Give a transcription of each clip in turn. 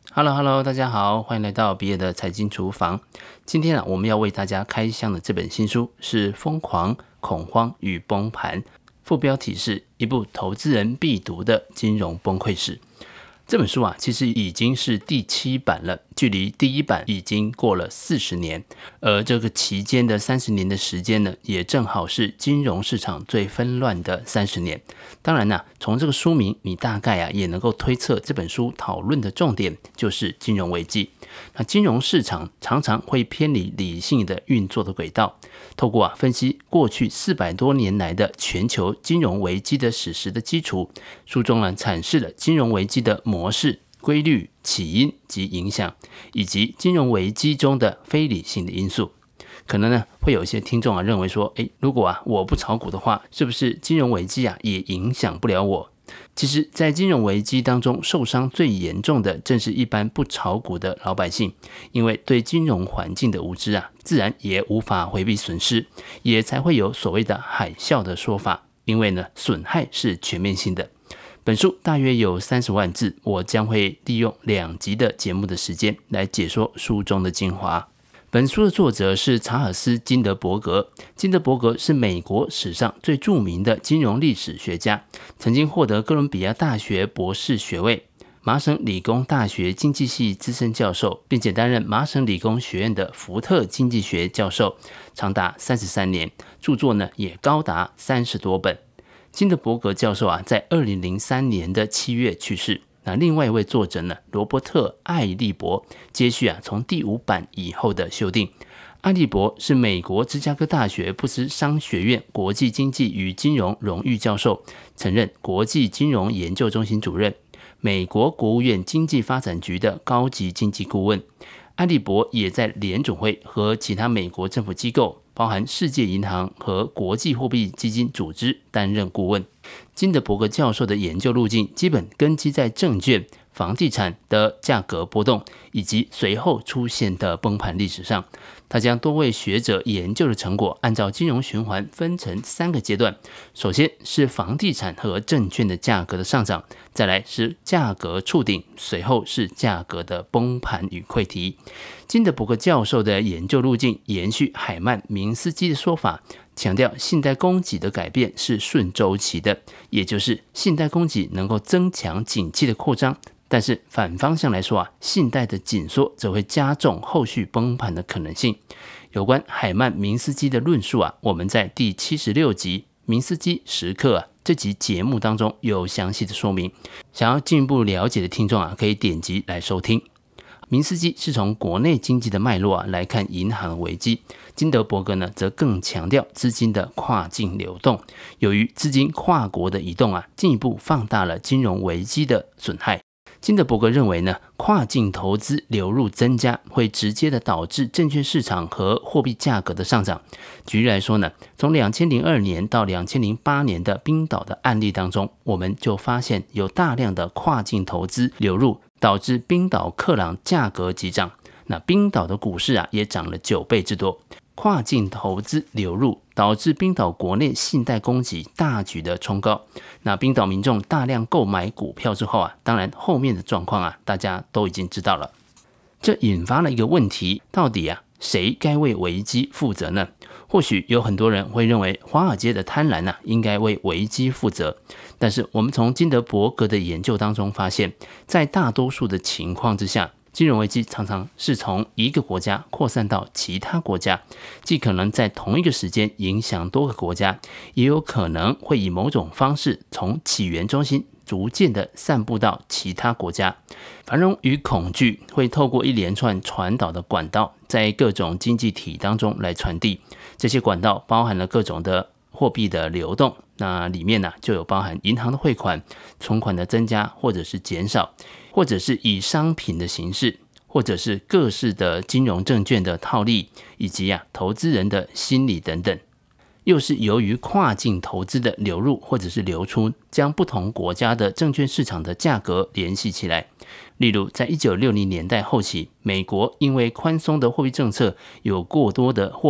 Hello，大家好，欢迎来到比尔的财经厨房。今天我们要为大家开箱的这本新书是《疯狂、恐慌与崩盘》，副标题是一部投资人必读的金融崩溃史。这本书其实已经是第7版了，距离第1版已经过了40年，而这个期间的30年的时间呢，也正好是金融市场最纷乱的30年。当然从这个书名，你大概也能够推测这本书讨论的重点就是金融危机。那金融市场常常会偏离理性的运作的轨道，透过分析过去400多年来的全球金融危机的史实的基础，书中阐释了金融危机的模式、规律、起因及影响，以及金融危机中的非理性的因素。可能会有一些听众认为说，如果我不炒股的话，是不是金融危机也影响不了我？其实在金融危机当中受伤最严重的正是一般不炒股的老百姓，因为对金融环境的无知自然也无法回避损失，也才会有所谓的海啸的说法，因为损害是全面性的。本书大约有30万字，我将会利用2集的节目的时间来解说书中的精华。本书的作者是查尔斯·金德伯格。金德伯格是美国史上最著名的金融历史学家，曾经获得哥伦比亚大学博士学位，麻省理工大学经济系资深教授，并且担任麻省理工学院的福特经济学教授，长达33年，著作也高达30多本。金德伯格教授在2003年的7月去世。那另外一位作者罗伯特·艾利伯接续从第5版以后的修订。艾利伯是美国芝加哥大学布斯商学院国际经济与金融荣誉教授，曾任国际金融研究中心主任，美国国务院经济发展局的高级经济顾问。艾利伯也在联准会和其他美国政府机构，包含世界银行和国际货币基金组织担任顾问。金德伯格教授的研究路径基本根基在证券、房地产的价格波动以及随后出现的崩盘历史上。他将多位学者研究的成果按照金融循环分成3个阶段，首先是房地产和证券的价格的上涨，再来是价格触顶，随后是价格的崩盘与溃堤。金德伯格教授的研究路径延续海曼明斯基的说法，强调信贷供给的改变是顺周期的，也就是信贷供给能够增强景气的扩张，但是反方向来说信贷的紧缩则会加重后续崩盘的可能性。有关海曼明斯基的论述我们在第76集明斯基时刻这集节目当中有详细的说明，想要进一步了解的听众可以点击来收听。明斯基是从国内经济的脉络来看银行的危机，金德伯格则更强调资金的跨境流动。由于资金跨国的移动进一步放大了金融危机的损害。金德伯格认为跨境投资流入增加会直接的导致证券市场和货币价格的上涨。举例来说从2002年到2008年的冰岛的案例当中，我们就发现有大量的跨境投资流入，导致冰岛克朗价格急涨。那冰岛的股市也涨了9倍之多。跨境投资流入导致冰岛国内信贷供给大举的冲高，那冰岛民众大量购买股票之后当然后面的状况大家都已经知道了。这引发了一个问题，到底谁该为危机负责呢？或许有很多人会认为华尔街的贪婪应该为危机负责，但是我们从金德伯格的研究当中发现，在大多数的情况之下，金融危机常常是从一个国家扩散到其他国家，既可能在同一个时间影响多个国家，也有可能会以某种方式从起源中心逐渐的散布到其他国家。繁荣与恐惧会透过一连串传导的管道，在各种经济体当中来传递。这些管道包含了各种的货币的流动，那里面就有包含银行的汇款、存款的增加或者是减少，或者是以商品的形式，或者是各式的金融证券的套利，以及投资人的心理等等。又是由于跨境投资的流入或者是流出，将不同国家的证券市场的价格联系起来。例如在1960年代后期，美国因为宽松的货币政策，有过多的货币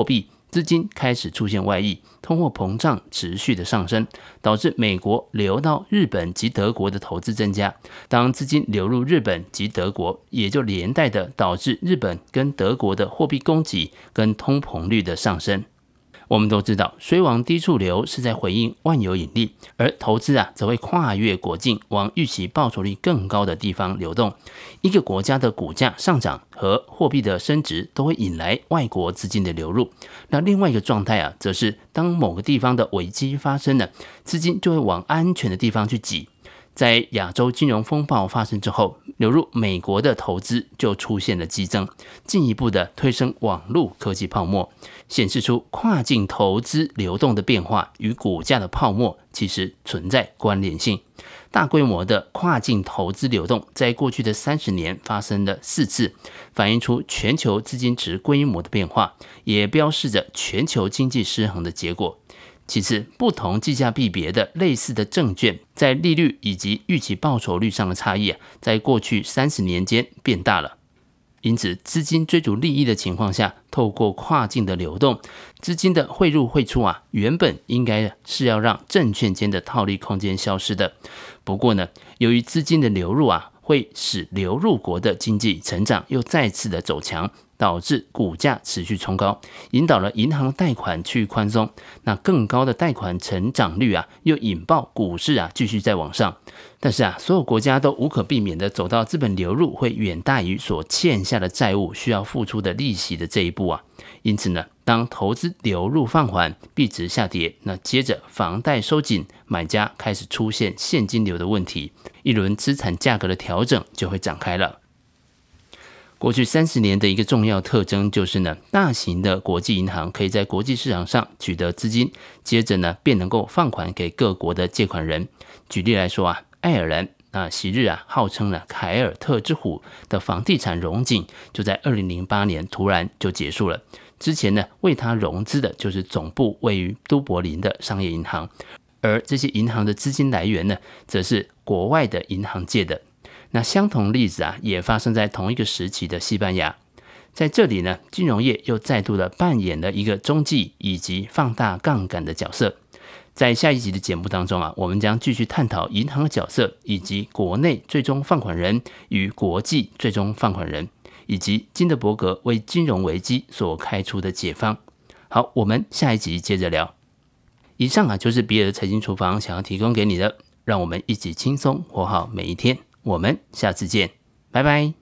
资金开始出现外溢，通货膨胀持续的上升，导致美国流到日本及德国的投资增加。当资金流入日本及德国，也就连带的导致日本跟德国的货币供给跟通膨率的上升。我们都知道，水往低处流是在回应万有引力，而投资则会跨越国境，往预期报酬率更高的地方流动。一个国家的股价上涨和货币的升值都会引来外国资金的流入。那另外一个状态则是当某个地方的危机发生了，资金就会往安全的地方去挤。在亚洲金融风暴发生之后，流入美国的投资就出现了激增，进一步的推升网络科技泡沫，显示出跨境投资流动的变化与股价的泡沫其实存在关联性。大规模的跨境投资流动在过去的30年发生了4次，反映出全球资金池规模的变化，也标示着全球经济失衡的结果。其次，不同计价币别的类似的证券，在利率以及预期报酬率上的差异在过去30年间变大了。因此，资金追逐利益的情况下，透过跨境的流动，资金的汇入汇出原本应该是要让证券间的套利空间消失的。不过呢，由于资金的流入会使流入国的经济成长又再次的走强，导致股价持续冲高，引导了银行贷款去宽松。那更高的贷款成长率又引爆股市继续在往上。但是所有国家都无可避免的走到资本流入会远大于所欠下的债务需要付出的利息的这一步因此呢，当投资流入放缓，币值下跌，那接着房贷收紧，买家开始出现现金流的问题，一轮资产价格的调整就会展开了。过去30年的一个重要特征就是呢，大型的国际银行可以在国际市场上取得资金，接着呢便能够放款给各国的借款人。举例来说爱尔兰昔日号称了凯尔特之虎的房地产荣景，就在2008年突然就结束了。之前呢，为它融资的就是总部位于都柏林的商业银行，而这些银行的资金来源呢，则是国外的银行借的。那相同例子也发生在同一个时期的西班牙。在这里呢，金融业又再度的扮演了一个中继以及放大杠杆的角色。在下一集的节目当中我们将继续探讨银行的角色，以及国内最终放款人与国际最终放款人，以及金德伯格为金融危机所开出的解方。好，我们下一集接着聊。以上就是比尔的财经厨房想要提供给你的，让我们一起轻松活好每一天。我们下次见，拜拜。